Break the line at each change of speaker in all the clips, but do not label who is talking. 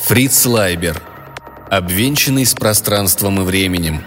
Фриц Лайбер. Обвенчанный с пространством и временем.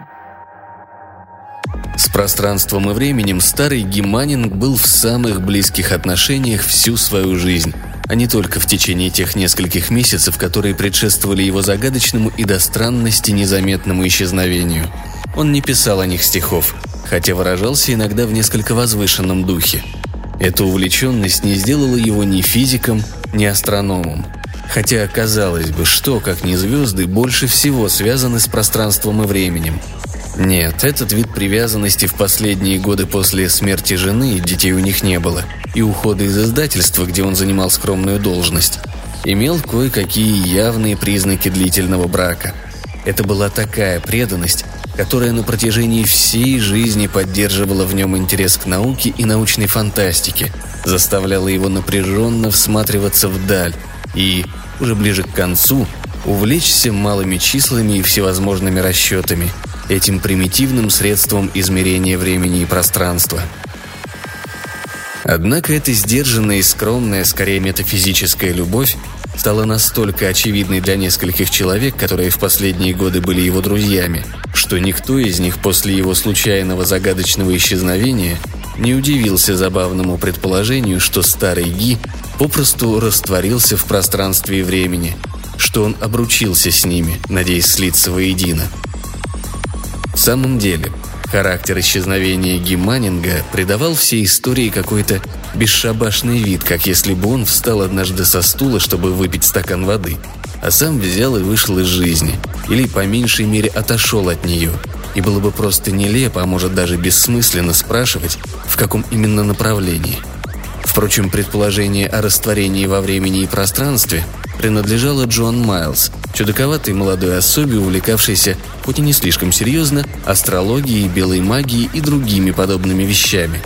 С пространством и временем старый Ги Маннинг был в самых близких отношениях всю свою жизнь, а не только в течение тех нескольких месяцев, которые предшествовали его загадочному и до странности незаметному исчезновению. Он не писал о них стихов, хотя выражался иногда в несколько возвышенном духе. Эта увлеченность не сделала его ни физиком, ни астрономом. Хотя, казалось бы, что, как не звезды, больше всего связаны с пространством и временем. Нет, этот вид привязанности в последние годы после смерти жены, детей у них не было, и ухода из издательства, где он занимал скромную должность, имел кое-какие явные признаки длительного брака. Это была такая преданность, которая на протяжении всей жизни поддерживала в нем интерес к науке и научной фантастике, заставляла его напряженно всматриваться вдаль и, уже ближе к концу, увлечься малыми числами и всевозможными расчетами, этим примитивным средством измерения времени и пространства. Однако эта сдержанная и скромная, скорее метафизическая любовь стала настолько очевидной для нескольких человек, которые в последние годы были его друзьями, что никто из них после его случайного загадочного исчезновения не удивился забавному предположению, что старый Ги попросту растворился в пространстве и времени, что он обручился с ними, надеясь слиться воедино. В самом деле, характер исчезновения Ги Маннинга придавал всей истории какой-то бесшабашный вид, как если бы он встал однажды со стула, чтобы выпить стакан воды, а сам взял и вышел из жизни, или по меньшей мере отошел от нее. И было бы просто нелепо, а может даже бессмысленно спрашивать, в каком именно направлении. Впрочем, предположение о растворении во времени и пространстве принадлежало Джоан Майлз, чудаковатой молодой особе, увлекавшейся, хоть и не слишком серьезно, астрологией, белой магией и другими подобными вещами.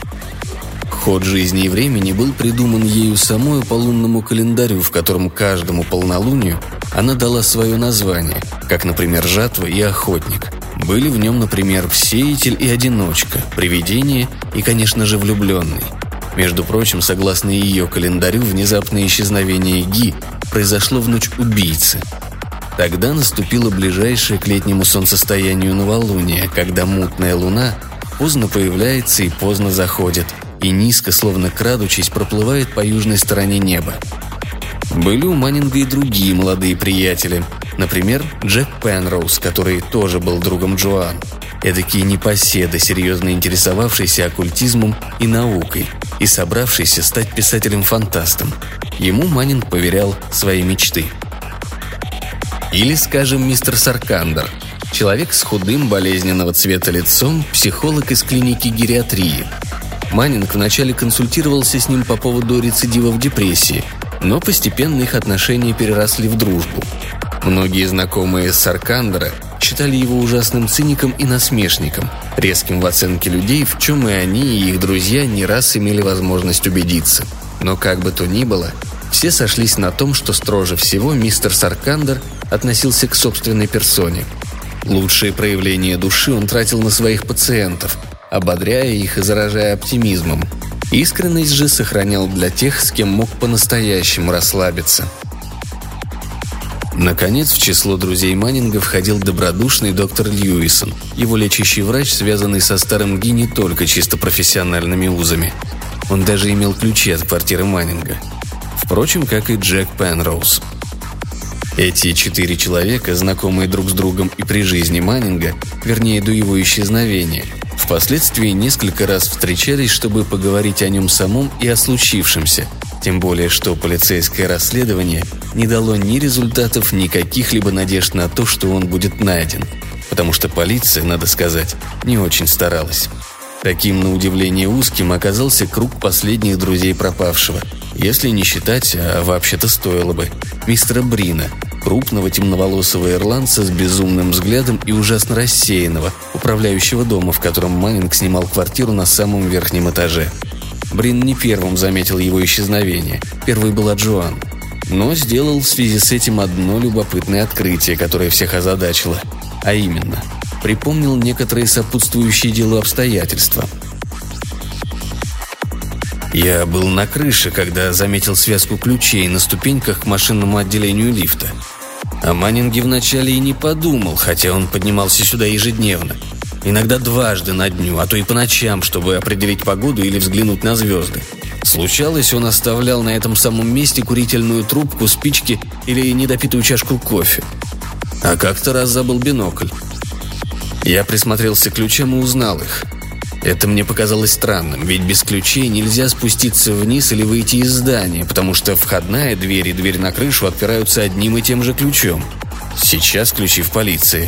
Ход жизни и времени был придуман ею самою по лунному календарю, в котором каждому полнолунию она дала свое название, как, например, жатва и охотник. Были в нем, например, сеятель и одиночка, привидение и, конечно же, влюбленный. Между прочим, согласно ее календарю, внезапное исчезновение Ги произошло в ночь убийцы. Тогда наступило ближайшее к летнему солнцестоянию новолуние, когда мутная луна поздно появляется и поздно заходит, и низко, словно крадучись, проплывает по южной стороне неба. Были у Маннинга и другие молодые приятели, например, Джек Пенроуз, который тоже был другом Джоан. Эдакий непоседа, серьезно интересовавшийся оккультизмом и наукой и собравшийся стать писателем-фантастом. Ему Маннинг поверял свои мечты. Или, скажем, мистер Саркандер, человек с худым, болезненного цвета лицом, психолог из клиники гериатрии. Маннинг вначале консультировался с ним по поводу рецидивов депрессии, но постепенно их отношения переросли в дружбу. Многие знакомые Саркандера считали его ужасным циником и насмешником, резким в оценке людей, в чем и они, и их друзья не раз имели возможность убедиться. Но как бы то ни было, все сошлись на том, что строже всего мистер Саркандер относился к собственной персоне. Лучшие проявления души он тратил на своих пациентов, ободряя их и заражая оптимизмом. Искренность же сохранял для тех, с кем мог по-настоящему расслабиться. Наконец, в число друзей Маннинга входил добродушный доктор Льюисон, его лечащий врач, связанный со старым Ги не только чисто профессиональными узами. Он даже имел ключи от квартиры Маннинга. Впрочем, как и Джек Пенроуз. Эти 4 человека, знакомые друг с другом и при жизни Маннинга, вернее, до его исчезновения, впоследствии несколько раз встречались, чтобы поговорить о нем самом и о случившемся, тем более, что полицейское расследование не дало ни результатов, ни каких-либо надежд на то, что он будет найден, потому что полиция, надо сказать, не очень старалась. Таким, на удивление, узким оказался круг последних друзей пропавшего, если не считать, а вообще-то стоило бы, мистера Брина, крупного темноволосого ирландца с безумным взглядом и ужасно рассеянного, управляющего дома, в котором Маннинг снимал квартиру на самом верхнем этаже. Брин не первым заметил его исчезновение, первой была Джоан, но сделал в связи с этим одно любопытное открытие, которое всех озадачило, а именно, припомнил некоторые сопутствующие делу обстоятельства. Я был на крыше, когда заметил связку ключей на ступеньках к машинному отделению лифта. О Маннинге вначале и не подумал, хотя он поднимался сюда ежедневно. Иногда дважды на дню, а то и по ночам, чтобы определить погоду или взглянуть на звезды. Случалось, он оставлял на этом самом месте курительную трубку, спички или недопитую чашку кофе. А как-то раз забыл бинокль. Я присмотрелся к ключам и узнал их. Это мне показалось странным, ведь без ключей нельзя спуститься вниз или выйти из здания, потому что входная дверь и дверь на крышу отпираются одним и тем же ключом. Сейчас ключи в полиции.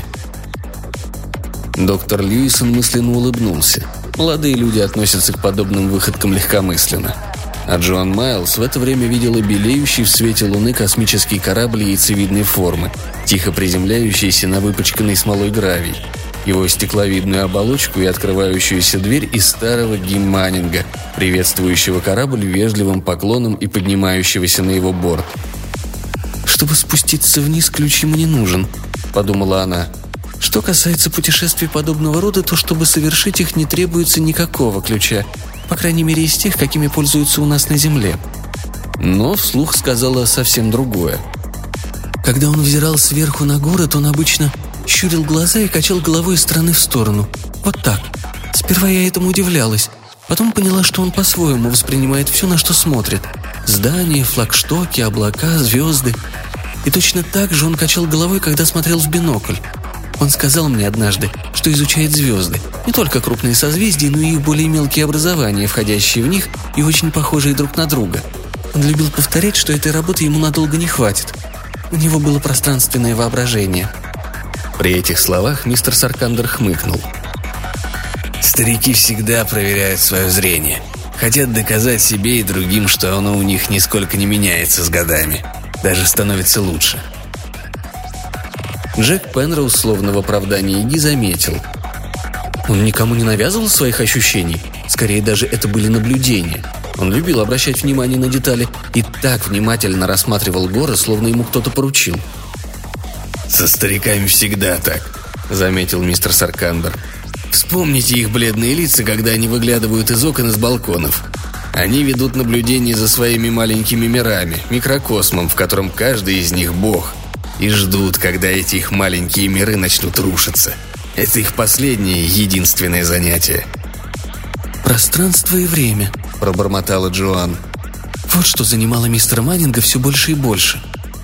Доктор Льюисон мысленно улыбнулся. Молодые люди относятся к подобным выходкам легкомысленно. А Джоан Майлз в это время видела белеющий в свете луны космический корабль яйцевидной формы, тихо приземляющийся на выпачканный смолой гравий, его стекловидную оболочку и открывающуюся дверь из старого Гим Маннинга, приветствующего корабль вежливым поклоном и поднимающегося на его борт. «Чтобы спуститься вниз, ключ ему не нужен», — подумала она. «Что касается путешествий подобного рода, то чтобы совершить их не требуется никакого ключа, по крайней мере из тех, какими пользуются у нас на Земле». Но вслух сказала совсем другое. «Когда он взирал сверху на город, он обычно щурил глаза и качал головой из стороны в сторону. Вот так. Сперва я этому удивлялась. Потом поняла, что он по-своему воспринимает все, на что смотрит. Здания, флагштоки, облака, звезды. И точно так же он качал головой, когда смотрел в бинокль. Он сказал мне однажды, что изучает звезды. Не только крупные созвездия, но и их более мелкие образования, входящие в них и очень похожие друг на друга. Он любил повторять, что этой работы ему надолго не хватит. У него было пространственное воображение». При этих словах мистер Саркандер хмыкнул. «Старики всегда проверяют свое зрение. Хотят доказать себе и другим, что оно у них нисколько не меняется с годами. Даже становится лучше». Джек Пенроуз, словно в оправдании Ги, заметил. Он никому не навязывал своих ощущений. Скорее, даже это были наблюдения. Он любил обращать внимание на детали и так внимательно рассматривал горы, словно ему кто-то поручил. «Со стариками всегда так», — заметил мистер Саркандер. «Вспомните их бледные лица, когда они выглядывают из окон и с балконов. Они ведут наблюдение за своими маленькими мирами, микрокосмом, в котором каждый из них бог, и ждут, когда эти их маленькие миры начнут рушиться. Это их последнее, единственное занятие». «Пространство и время», — пробормотала Джоан. «Вот что занимало мистера Маннинга все больше и больше».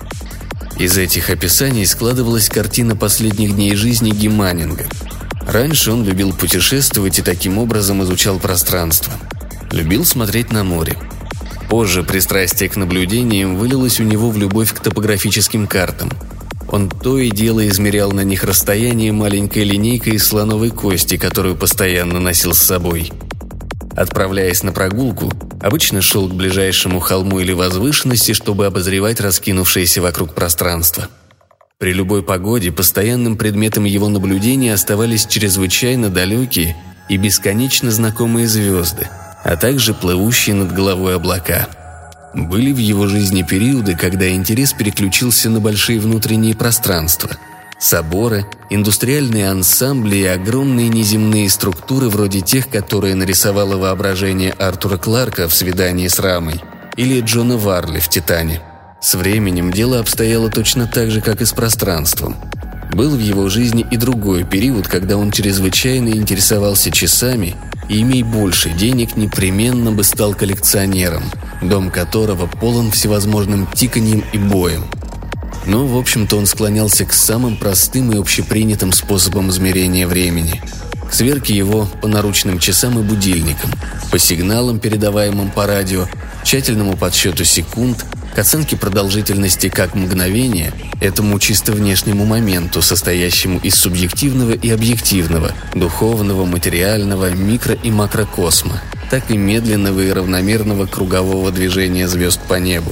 Из этих описаний складывалась картина последних дней жизни Ги Маннинга. Раньше он любил путешествовать и таким образом изучал пространство. Любил смотреть на море. Позже пристрастие к наблюдениям вылилось у него в любовь к топографическим картам. Он то и дело измерял на них расстояние маленькой линейкой из слоновой кости, которую постоянно носил с собой. Отправляясь на прогулку, обычно шел к ближайшему холму или возвышенности, чтобы обозревать раскинувшееся вокруг пространство. При любой погоде постоянным предметом его наблюдения оставались чрезвычайно далекие и бесконечно знакомые звезды, а также плывущие над головой облака. Были в его жизни периоды, когда интерес переключился на большие внутренние пространства – соборы, индустриальные ансамбли и огромные неземные структуры вроде тех, которые нарисовало воображение Артура Кларка в «Свидании с Рамой» или Джона Варли в «Титане». С временем дело обстояло точно так же, как и с пространством. Был в его жизни и другой период, когда он чрезвычайно интересовался часами и, имея больше денег, непременно бы стал коллекционером, дом которого полон всевозможным тиканьем и боем. Но, в общем-то, он склонялся к самым простым и общепринятым способам измерения времени. К сверке его по наручным часам и будильникам, по сигналам, передаваемым по радио, тщательному подсчету секунд, к оценке продолжительности как мгновения, этому чисто внешнему моменту, состоящему из субъективного и объективного, духовного, материального, микро- и макрокосма, так и медленного и равномерного кругового движения звезд по небу.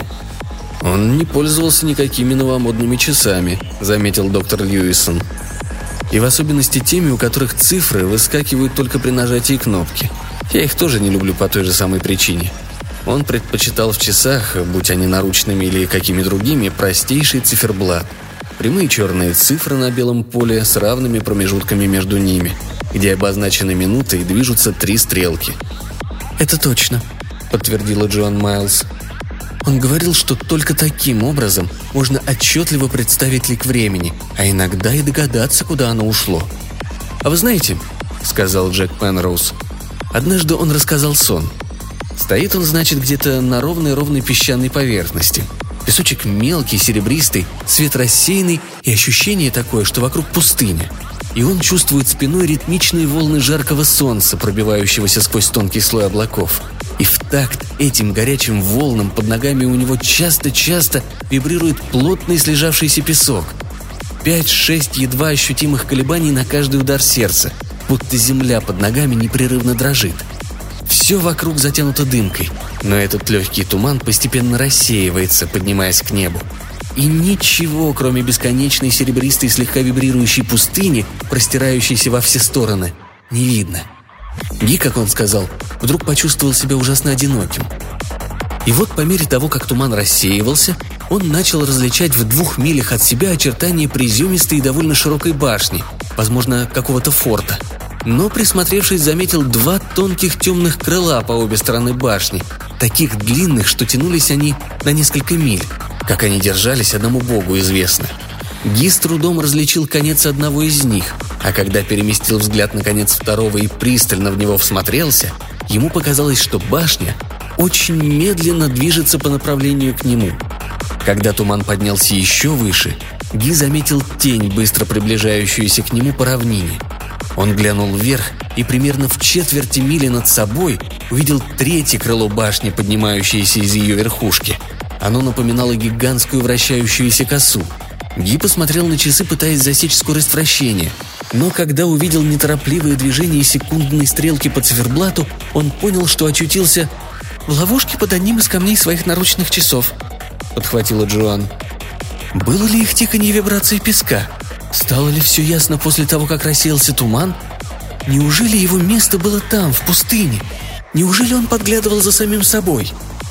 «Он не пользовался никакими новомодными часами», — заметил доктор Льюисон. «И в особенности теми, у которых цифры выскакивают только при нажатии кнопки. Я их тоже не люблю по той же самой причине. Он предпочитал в часах, будь они наручными или какими другими, простейший циферблат. Прямые черные цифры на белом поле с равными промежутками между ними, где обозначены минуты и движутся 3 стрелки». «Это точно», подтвердила Джоан Майлз. Он говорил, что только таким образом можно отчетливо представить лик времени, а иногда и догадаться, куда оно ушло. «А вы знаете, — сказал Джек Пенроуз, — однажды он рассказал сон. Стоит он, значит, где-то на ровной песчаной поверхности. Песочек мелкий, серебристый, свет рассеянный и ощущение такое, что вокруг пустыня. И он чувствует спиной ритмичные волны жаркого солнца, пробивающегося сквозь тонкий слой облаков. И в такт этим горячим волнам под ногами у него часто-часто вибрирует плотный слежавшийся песок. 5-6 едва ощутимых колебаний на каждый удар сердца, будто земля под ногами непрерывно дрожит. Все вокруг затянуто дымкой, но этот легкий туман постепенно рассеивается, поднимаясь к небу. И ничего, кроме бесконечной серебристой слегка вибрирующей пустыни, простирающейся во все стороны, не видно. Ги, как он сказал, вдруг почувствовал себя ужасно одиноким. И вот по мере того, как туман рассеивался, он начал различать в 2 милях от себя очертания приземистой и довольно широкой башни, возможно, какого-то форта. Но, присмотревшись, заметил 2 тонких темных крыла по обе стороны башни, таких длинных, что тянулись они на несколько миль. Как они держались, одному богу известно. Ги с трудом различил конец одного из них, а когда переместил взгляд на конец второго и пристально в него всмотрелся, ему показалось, что башня очень медленно движется по направлению к нему. Когда туман поднялся еще выше, Ги заметил тень, быстро приближающуюся к нему по равнине. Он глянул вверх и примерно в 1/4 мили над собой увидел 3-е крыло башни, поднимающееся из ее верхушки. Оно напоминало гигантскую вращающуюся косу. Ги посмотрел на часы, пытаясь засечь скорость вращения. Но когда увидел неторопливые движения секундной стрелки по циферблату, он понял, что очутился в ловушке под одним из камней своих наручных часов, подхватила Джоан. Было ли их тиканье вибрации песка? Стало ли все ясно после того, как рассеялся туман? Неужели его место было там, в пустыне? Неужели он подглядывал за самим собой?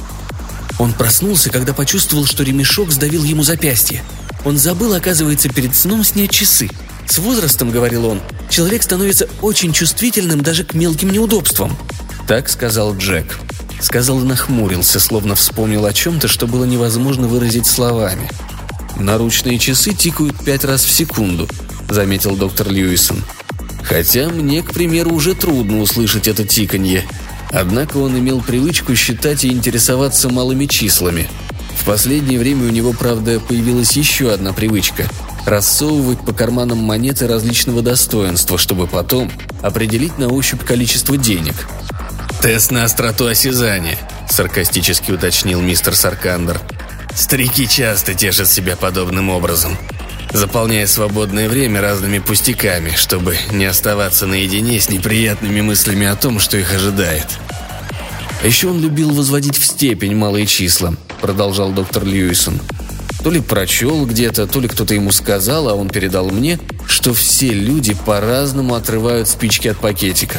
Он проснулся, когда почувствовал, что ремешок сдавил ему запястье. Он забыл, оказывается, перед сном снять часы. С возрастом, говорил он, человек становится очень чувствительным даже к мелким неудобствам. Так сказал Джек. Сказал и нахмурился, словно вспомнил о чем-то, что было невозможно выразить словами. «Наручные часы тикают 5 раз в секунду», — заметил доктор Льюисон. «Хотя мне, к примеру, уже трудно услышать это тиканье. Однако он имел привычку считать и интересоваться малыми числами. В последнее время у него, правда, появилась еще одна привычка – рассовывать по карманам монеты различного достоинства, чтобы потом определить на ощупь количество денег». «Тест на остроту осязания», – саркастически уточнил мистер Саркандер. «Старики часто тешат себя подобным образом, заполняя свободное время разными пустяками, чтобы не оставаться наедине с неприятными мыслями о том, что их ожидает». «А еще он любил возводить в степень малые числа», – продолжал доктор Льюисон. «То ли прочел где-то, то ли кто-то ему сказал, а он передал мне, что все люди по-разному отрывают спички от пакетика.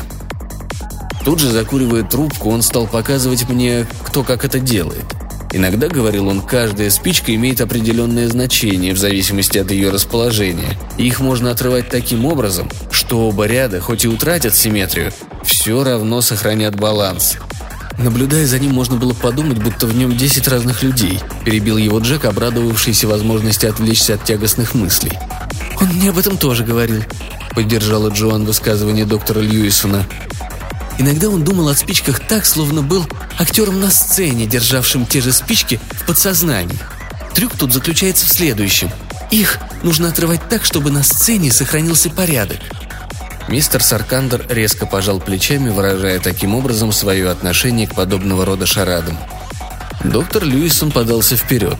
Тут же, закуривая трубку, он стал показывать мне, кто как это делает. Иногда, говорил он, каждая спичка имеет определенное значение в зависимости от ее расположения. И их можно отрывать таким образом, что оба ряда, хоть и утратят симметрию, все равно сохранят баланс. Наблюдая за ним, можно было подумать, будто в нем 10 разных людей», – перебил его Джек, обрадовавшийся возможности отвлечься от тягостных мыслей. «Он мне об этом тоже говорил», – поддержала Джоан высказывание доктора Льюисона. «Иногда он думал о спичках так, словно был актером на сцене, державшим те же спички в подсознании. Трюк тут заключается в следующем. Их нужно отрывать так, чтобы на сцене сохранился порядок». Мистер Саркандер резко пожал плечами, выражая таким образом свое отношение к подобного рода шарадам. Доктор Льюисон подался вперед.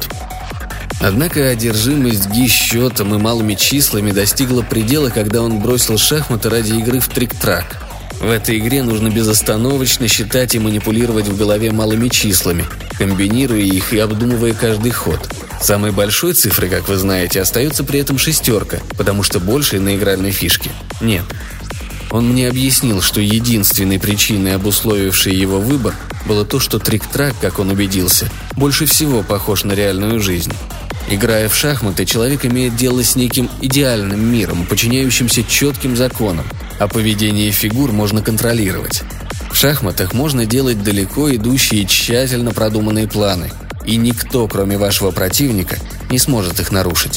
Однако одержимость Ги счетом и малыми числами достигла предела, когда он бросил шахматы ради игры в трик-трак. В этой игре нужно безостановочно считать и манипулировать в голове малыми числами, комбинируя их и обдумывая каждый ход. Самой большой цифрой, как вы знаете, остается при этом 6, потому что больше на игральной фишке нет. Он мне объяснил, что единственной причиной, обусловившей его выбор, было то, что трик-трак, как он убедился, больше всего похож на реальную жизнь. Играя в шахматы, человек имеет дело с неким идеальным миром, подчиняющимся четким законам, а поведение фигур можно контролировать. В шахматах можно делать далеко идущие тщательно продуманные планы, и никто, кроме вашего противника, не сможет их нарушить.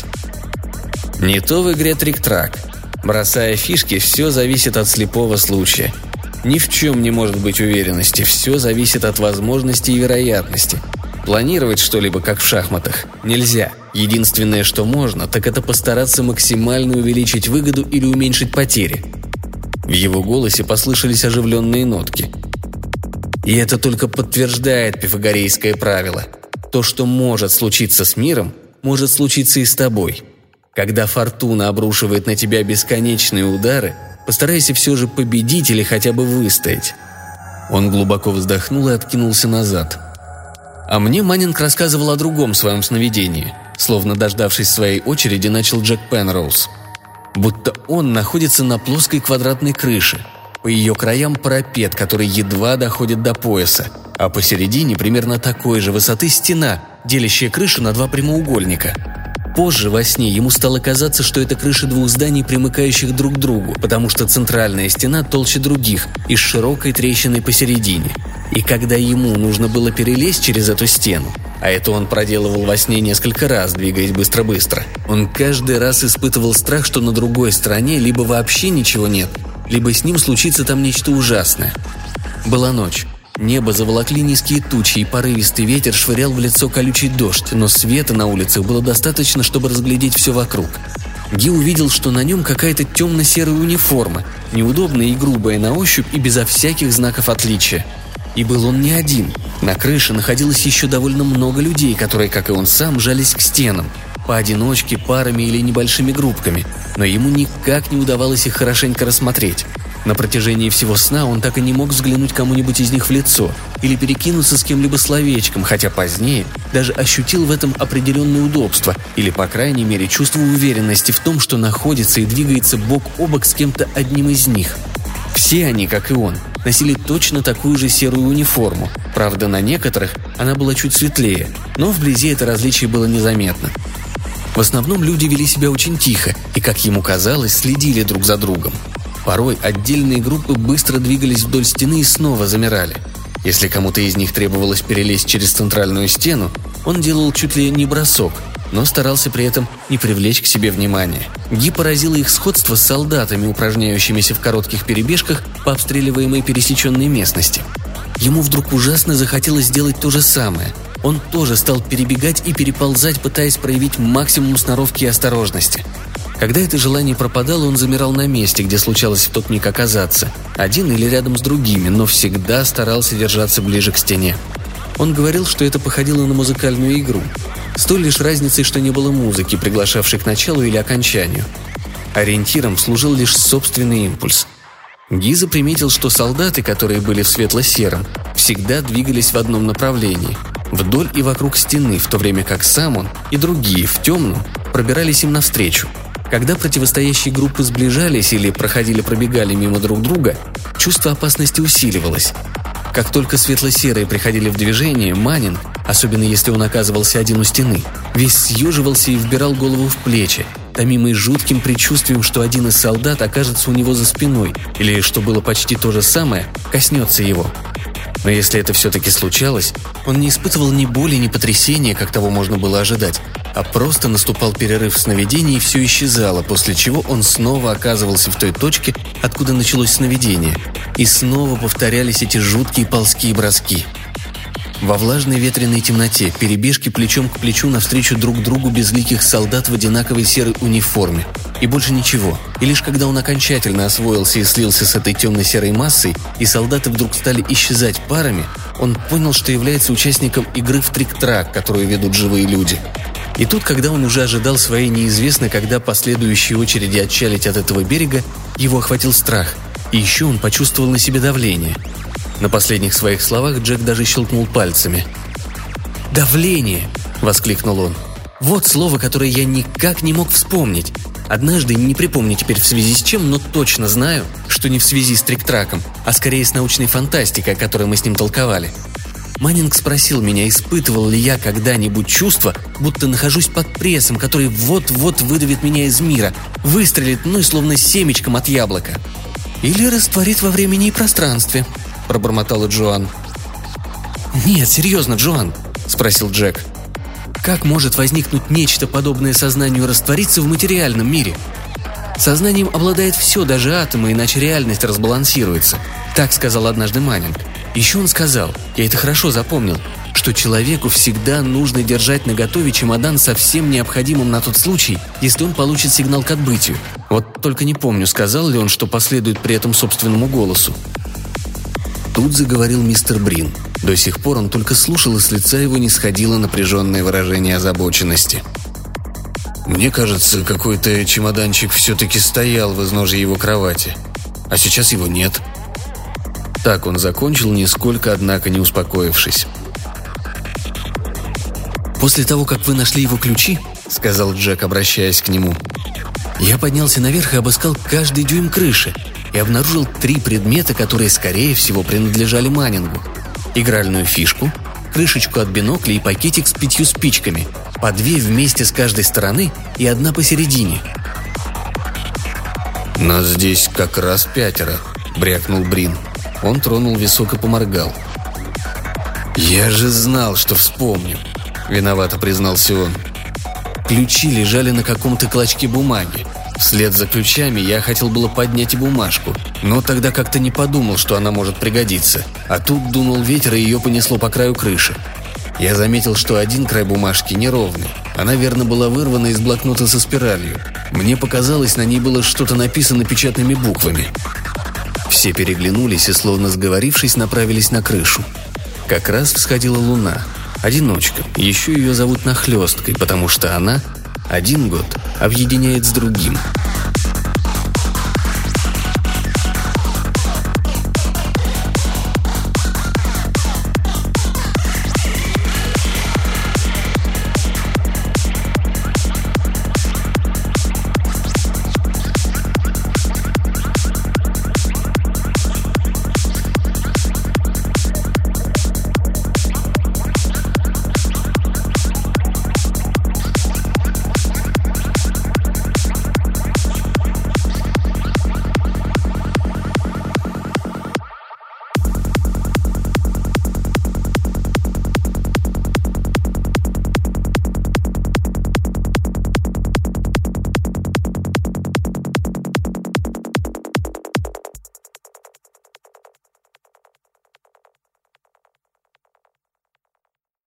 Не то в игре трик-трак. Бросая фишки, все зависит от слепого случая. Ни в чем не может быть уверенности, все зависит от возможности и вероятности. Планировать что-либо, как в шахматах, нельзя. Единственное, что можно, так это постараться максимально увеличить выгоду или уменьшить потери. В его голосе послышались оживленные нотки. И это только подтверждает пифагорейское правило. То, что может случиться с миром, может случиться и с тобой. Когда фортуна обрушивает на тебя бесконечные удары, постарайся все же победить или хотя бы выстоять. Он глубоко вздохнул и откинулся назад. А мне Маннинг рассказывал о другом своем сновидении. Словно дождавшись своей очереди, начал Джек Пенроуз. Будто он находится на плоской квадратной крыше. По ее краям парапет, который едва доходит до пояса, а посередине примерно такой же высоты стена, делящая крышу на два прямоугольника. Позже во сне ему стало казаться, что это крыши двух зданий, примыкающих друг к другу, потому что центральная стена толще других и с широкой трещиной посередине. И когда ему нужно было перелезть через эту стену, а это он проделывал во сне несколько раз, двигаясь быстро-быстро, он каждый раз испытывал страх, что на другой стороне либо вообще ничего нет, либо с ним случится там нечто ужасное. Была ночь. Небо заволокли низкие тучи, и порывистый ветер швырял в лицо колючий дождь, но света на улицах было достаточно, чтобы разглядеть все вокруг. Ги увидел, что на нем какая-то темно-серая униформа, неудобная и грубая на ощупь и безо всяких знаков отличия. И был он не один. На крыше находилось еще довольно много людей, которые, как и он сам, жались к стенам. Поодиночке, парами или небольшими группками, но ему никак не удавалось их хорошенько рассмотреть. На протяжении всего сна он так и не мог взглянуть кому-нибудь из них в лицо или перекинуться с кем-либо словечком, хотя позднее даже ощутил в этом определенное удобство или, по крайней мере, чувство уверенности в том, что находится и двигается бок о бок с кем-то одним из них. Все они, как и он, носили точно такую же серую униформу. Правда, на некоторых она была чуть светлее, но вблизи это различие было незаметно. В основном люди вели себя очень тихо и, как ему казалось, следили друг за другом. Порой отдельные группы быстро двигались вдоль стены и снова замирали. Если кому-то из них требовалось перелезть через центральную стену, он делал чуть ли не бросок, но старался при этом не привлечь к себе внимания. Ги поразило их сходство с солдатами, упражняющимися в коротких перебежках по обстреливаемой пересеченной местности. Ему вдруг ужасно захотелось сделать то же самое. Он тоже стал перебегать и переползать, пытаясь проявить максимум сноровки и осторожности. Когда это желание пропадало, он замирал на месте, где случалось в тот миг оказаться, один или рядом с другими, но всегда старался держаться ближе к стене. Он говорил, что это походило на музыкальную игру, с той лишь разницей, что не было музыки, приглашавшей к началу или окончанию. Ориентиром служил лишь собственный импульс. Ги заприметил, что солдаты, которые были в светло-сером, всегда двигались в одном направлении, вдоль и вокруг стены, в то время как сам он и другие в темном пробирались им навстречу. Когда противостоящие группы сближались или пробегали мимо друг друга, чувство опасности усиливалось. Как только светло-серые приходили в движение, Маннинг, особенно если он оказывался один у стены, весь съеживался и вбирал голову в плечи, томимый жутким предчувствием, что один из солдат окажется у него за спиной, или, что было почти то же самое, коснется его. Но если это все-таки случалось, он не испытывал ни боли, ни потрясения, как того можно было ожидать, а просто наступал перерыв в сновидении, и все исчезало, после чего он снова оказывался в той точке, откуда началось сновидение, и снова повторялись эти жуткие ползкие броски. Во влажной ветреной темноте, перебежки плечом к плечу навстречу друг другу безликих солдат в одинаковой серой униформе. И больше ничего. И лишь когда он окончательно освоился и слился с этой темно-серой массой, и солдаты вдруг стали исчезать парами, он понял, что является участником игры в трик-трак, которую ведут живые люди. И тут, когда он уже ожидал своей неизвестно когда последующей очереди отчалить от этого берега, его охватил страх. И еще он почувствовал на себе давление. На последних своих словах Джек даже щелкнул пальцами. «Давление!» – воскликнул он. «Вот слово, которое я никак не мог вспомнить. Однажды, не припомню теперь в связи с чем, но точно знаю, что не в связи с трик-траком, а скорее с научной фантастикой, о которой мы с ним толковали. Маннинг спросил меня, испытывал ли я когда-нибудь чувство, будто нахожусь под прессом, который вот-вот выдавит меня из мира, выстрелит мной словно семечком от яблока. Или растворит во времени и пространстве», – пробормотала Джоан. «Нет, серьезно, Джоан», – спросил Джек. «Как может возникнуть нечто подобное сознанию и раствориться в материальном мире? Сознанием обладает все, даже атомы, иначе реальность разбалансируется. Так сказал однажды Маннинг. Еще он сказал, я это хорошо запомнил, что человеку всегда нужно держать наготове чемодан со всем необходимым на тот случай, если он получит сигнал к отбытию. Вот только не помню, сказал ли он, что последует при этом собственному голосу». Тут заговорил мистер Брин. До сих пор он только слушал, и с лица его не сходило напряженное выражение озабоченности. «Мне кажется, какой-то чемоданчик все-таки стоял в изножье его кровати, а сейчас его нет». Так он закончил, нисколько, однако, не успокоившись. «После того, как вы нашли его ключи, — сказал Джек, обращаясь к нему, — я поднялся наверх и обыскал каждый дюйм крыши и обнаружил 3 предмета, которые, скорее всего, принадлежали Маннингу. Игральную фишку, крышечку от бинокля и пакетик с 5 спичками, по 2 вместе с каждой стороны и 1 посередине». «Нас здесь как раз 5, — брякнул Брин. Он тронул висок и поморгал. «Я же знал, что вспомню», — виновато признался он. «Ключи лежали на каком-то клочке бумаги. Вслед за ключами я хотел было поднять и бумажку, но тогда как-то не подумал, что она может пригодиться. А тут дунул ветер, и ее понесло по краю крыши. Я заметил, что один край бумажки неровный. Она, верно, была вырвана из блокнота со спиралью. Мне показалось, на ней было что-то написано печатными буквами». Все переглянулись и, словно сговорившись, направились на крышу. Как раз всходила луна. Одиночка. Еще ее зовут Нахлесткой, потому что она 1 год объединяет с другим.